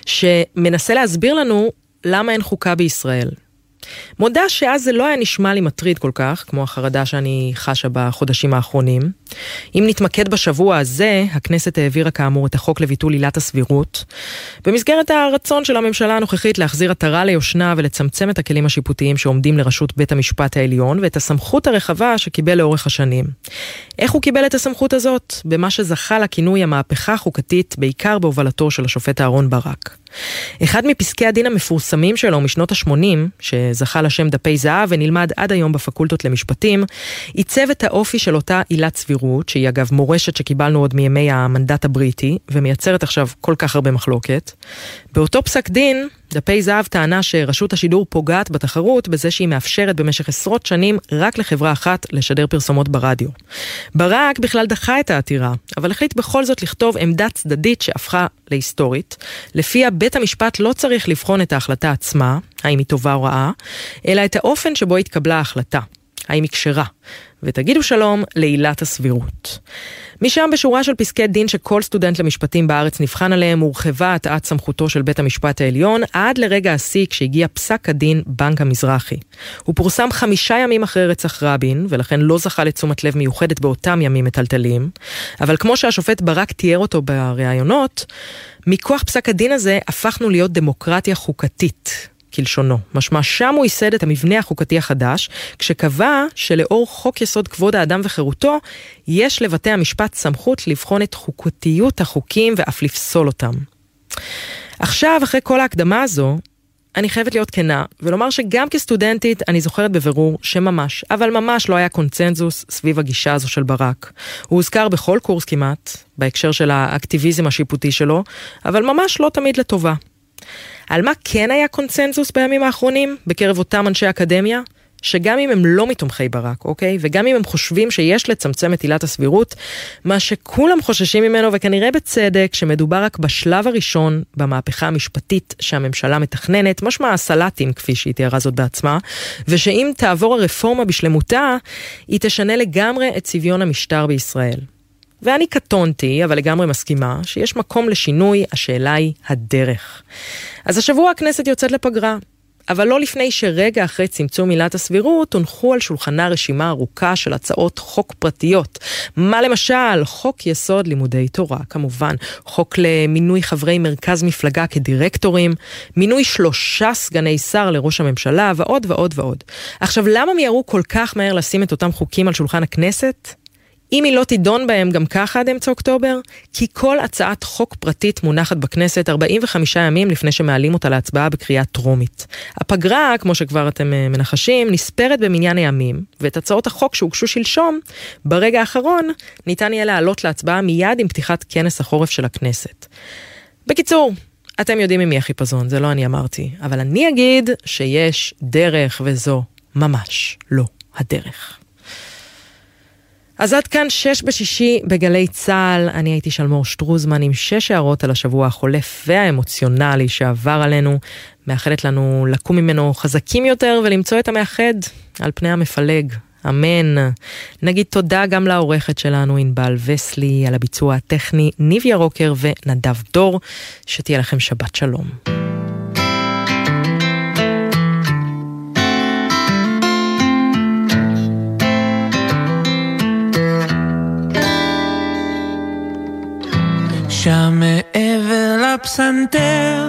שמנסה להסביר לנו למה אין חוקה בישראל. מודה שאז זה לא היה נשמע לי מטריד כל כך, כמו החרדה שאני חשה בחודשים האחרונים. אם נתמקד בשבוע הזה, הכנסת העבירה כאמור את החוק לביטול עילת הסבירות, במסגרת הרצון של הממשלה הנוכחית להחזיר עטרה ליושנה ולצמצם את הכלים השיפוטיים שעומדים לרשות בית המשפט העליון, ואת הסמכות הרחבה שקיבל לאורך השנים. איך הוא קיבל את הסמכות הזאת? במה שזכה לכינוי המהפכה החוקתית, בעיקר בהובלתו של השופט אהרון ברק. אחד מפסקי הדין המפורסמים שלו משנות ה-80, שזכה לשם דפי זהב ונלמד עד היום בפקולטות למשפטים, עיצב את האופי של אותה עילת סבירות, שהיא אגב מורשת שקיבלנו עוד מימי המנדט הבריטי, ומייצרת עכשיו כל כך הרבה מחלוקת. באותו פסק דין, דפי זהב טענה שרשות השידור פוגעת בתחרות בזה שהיא מאפשרת במשך עשרות שנים רק לחברה אחת לשדר פרסומות ברדיו. ברק בכלל דחה את העתירה, אבל החליט בכל זאת לכתוב עמדה צדדית שהפכה להיסטורית, לפיה בית המשפט לא צריך לבחון את ההחלטה עצמה, האם היא טובה או רעה, אלא את האופן שבו התקבלה ההחלטה, האם היא כשרה, ותגידו שלום לעילת הסבירות. משם בשורה של פסקי דין שכל סטודנט למשפטים בארץ נבחן עליהם, הורחבה התעת סמכותו של בית המשפט העליון, עד לרגע השיא כשהגיע פסק הדין בנק המזרחי. הוא פורסם 5 ימים אחרי רצח רבין, ולכן לא זכה לתשומת לב מיוחדת באותם ימים מטלטלים, אבל כמו שהשופט ברק תיאר אותו בראיונות, מכוח פסק הדין הזה הפכנו להיות דמוקרטיה חוקתית. כלשונו. משמע שם הוא ייסד את המבנה החוקתי החדש, כשקבע שלאור חוק יסוד כבוד האדם וחירותו, יש לבתי המשפט סמכות לבחון את חוקתיות החוקים ואף לפסול אותם. עכשיו, אחרי כל ההקדמה הזו, אני חייבת להיות כנה, ולומר שגם כסטודנטית אני זוכרת בבירור שממש, אבל ממש לא היה קונצנזוס סביב הגישה הזו של ברק. הוא הוזכר בכל קורס כמעט, בהקשר של האקטיביזם השיפוטי שלו, אבל ממש לא תמיד לטובה. על מה כן היה קונצנזוס בימים האחרונים בקרב אותם אנשי אקדמיה? שגם אם הם לא מתומכי ברק, אוקיי? וגם אם הם חושבים שיש לצמצם את עילת הסבירות, מה שכולם חוששים ממנו, וכנראה בצדק, שמדובר רק בשלב הראשון במהפכה המשפטית שהממשלה מתכננת, משמע הסלטים כפי שהיא תיארה זאת בעצמה, ושאם תעבור הרפורמה בשלמותה, היא תשנה לגמרי את צביון המשטר בישראל. ואני קטונתי, אבל לגמרי מסכימה, שיש מקום לשינוי, השאלה היא הדרך. אז השבוע הכנסת יוצאת לפגרה. אבל לא לפני שרגע אחרי צמצום עילת הסבירות הונחו על שולחנה רשימה ארוכה של הצעות חוק פרטיות. מה למשל? חוק יסוד לימודי תורה, כמובן, חוק למינוי חברי מרכז מפלגה כדירקטורים, מינוי 3 סגני שר לראש הממשלה ועוד ועוד ועוד. עכשיו, למה מיהרו כל כך מהר לשים את אותם חוקים על שולחן הכנסת? אם היא לא תידון בהם גם ככה עד אמצע אוקטובר, כי כל הצעת חוק פרטית מונחת בכנסת 45 ימים לפני שמעלים אותה להצבעה בקריאה טרומית. הפגרה, כמו שכבר אתם מנחשים, נספרת במניין הימים, ואת הצעות החוק שהוגשו שלשום, ברגע האחרון, ניתן יהיה לעלות להצבעה מיד עם פתיחת כנס החורף של הכנסת. בקיצור, אתם יודעים ממי החיפזון, זה לא אני אמרתי, אבל אני אגיד שיש דרך וזו ממש לא הדרך. אז עד כאן 6 בשישי בגלי צהל. אני הייתי שלמור שטרוזמן עם 6 הערות על השבוע החולף והאמוציונלי שעבר עלינו. מאחלת לנו לקום ממנו חזקים יותר ולמצוא את המאחד על פני המפלג. אמן. נגיד תודה גם לעורכת שלנו ענבל וסלי, על הביצוע הטכני ניב ירוקר ונדב דור. שתהיה לכם שבת שלום. שם מעבר לפסנתר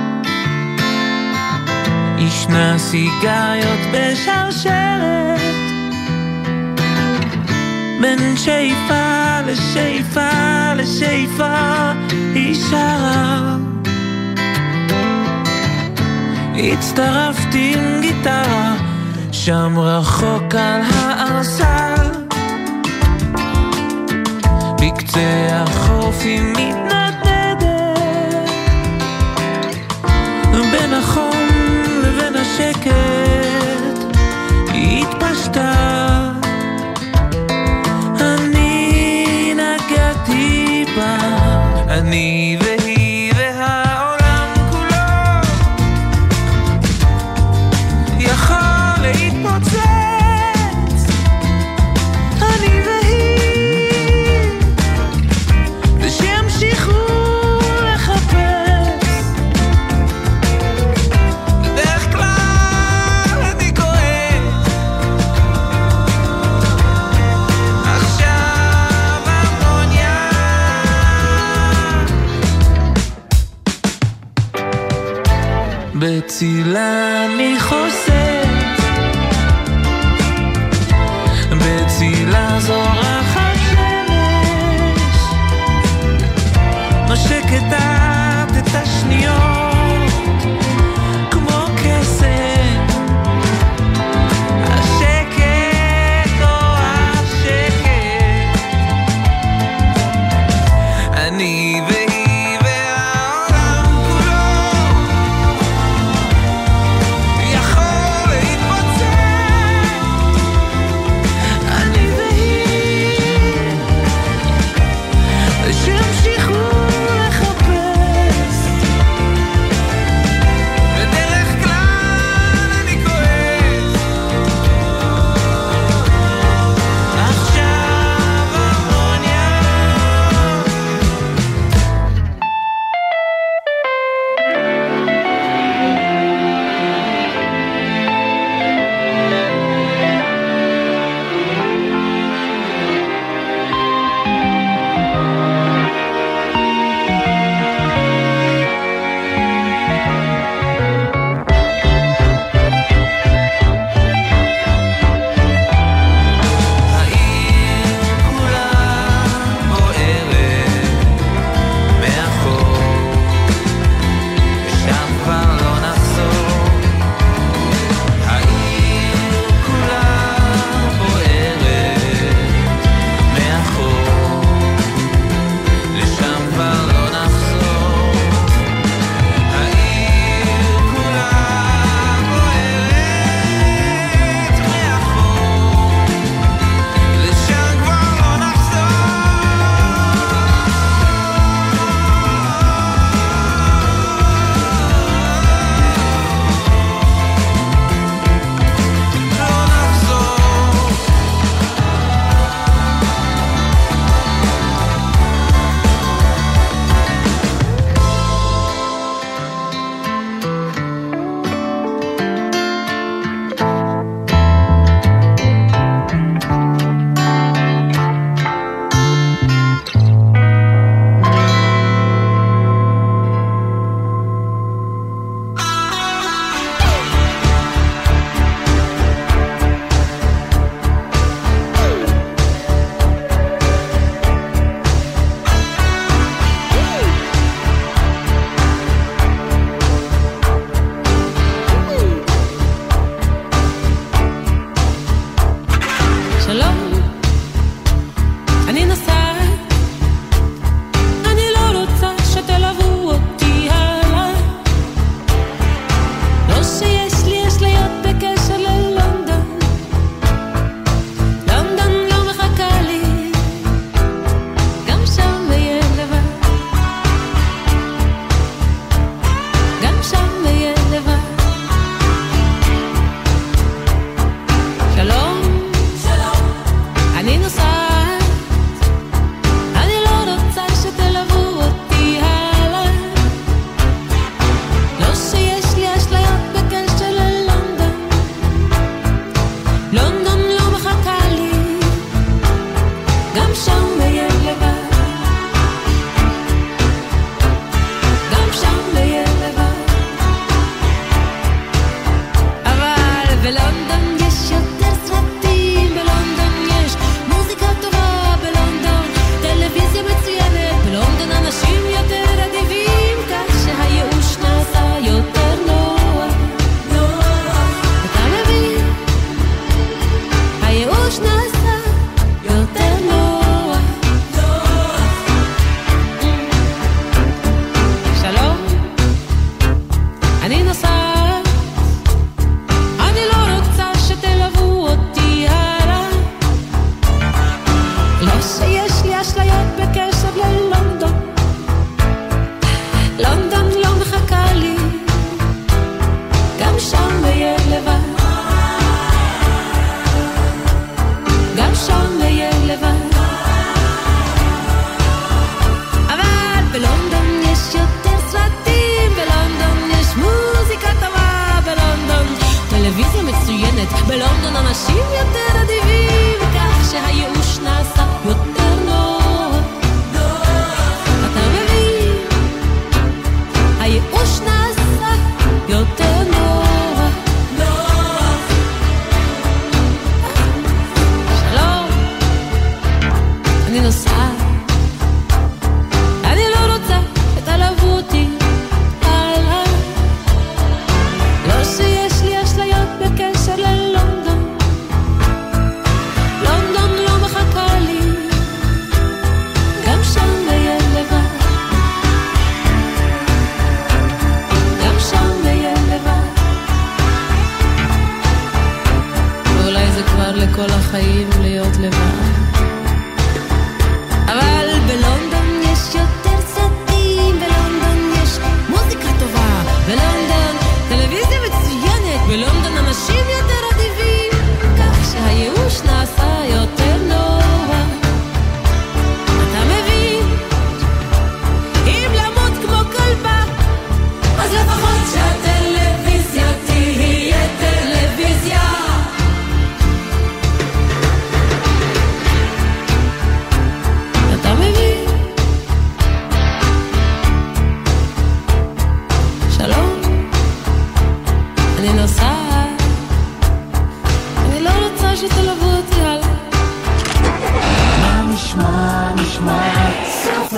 ישנה סיגריות בשרשרת, בין שאיפה לשאיפה לשאיפה היא שרה. הצטרפתי עם גיטרה שם רחוק על הארסל, בקצה החוף היא מתנדנדת בין החום לבין השקט היא התפשטה. אני נגעתי בה, אני והיא והעולם כולו יכול להתפוצץ. אני והיא ושימשיכו לחפש. בדרך כלל אני כועס, עכשיו אמוניה. בצילה אני חוסק, בצילה זורחת שמש, נושקת עד את השניות כמו קסם. השקט או השקט, אני והיא והעולם כולו יכול להתפוצץ. אני והיא שימשיכו לחפש.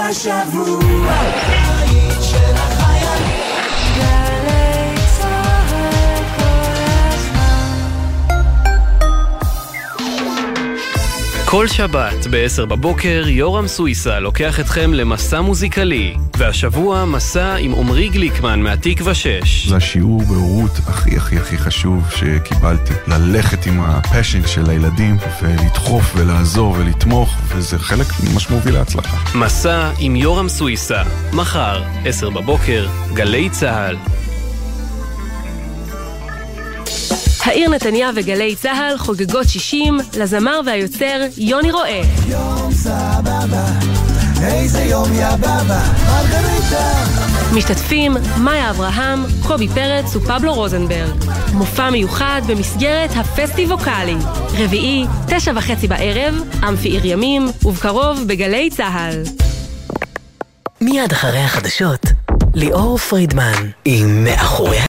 השבוע, הבית של החיילים. גלי צהל כל הזמן. כל שבת ב-10 בבוקר יורם סוויסה לוקח אתכם למסע מוזיקלי, והשבוע מסע עם עומרי גליקמן מהתקווה 6. זה השיעור בהורות הכי חשוב שקיבלתי, ללכת עם הפשן של הילדים ולדחוף ולעזור ולתמוך, וזה חלק ממש מוביל להצלחה. מסע עם יורם סוויסה, מחר 10 בבוקר, גלי צהל. העיר נתניה וגלי צהל חוגגות 60 לזמר והיוצר יוני רואה. יום סבבה, איזה יום יבבה, מרגריטה. משתתפים מאיה אברהם, קובי פרץ ופבלו רוזנברג. מופע מיוחד במסגרת הפסטיבוקלי. רביעי, 9:30 בערב, אמפי עיר ימים, ובקרוב בגלי צהל. מיד אחרי החדשות, ליאור פרידמן עם מאחורי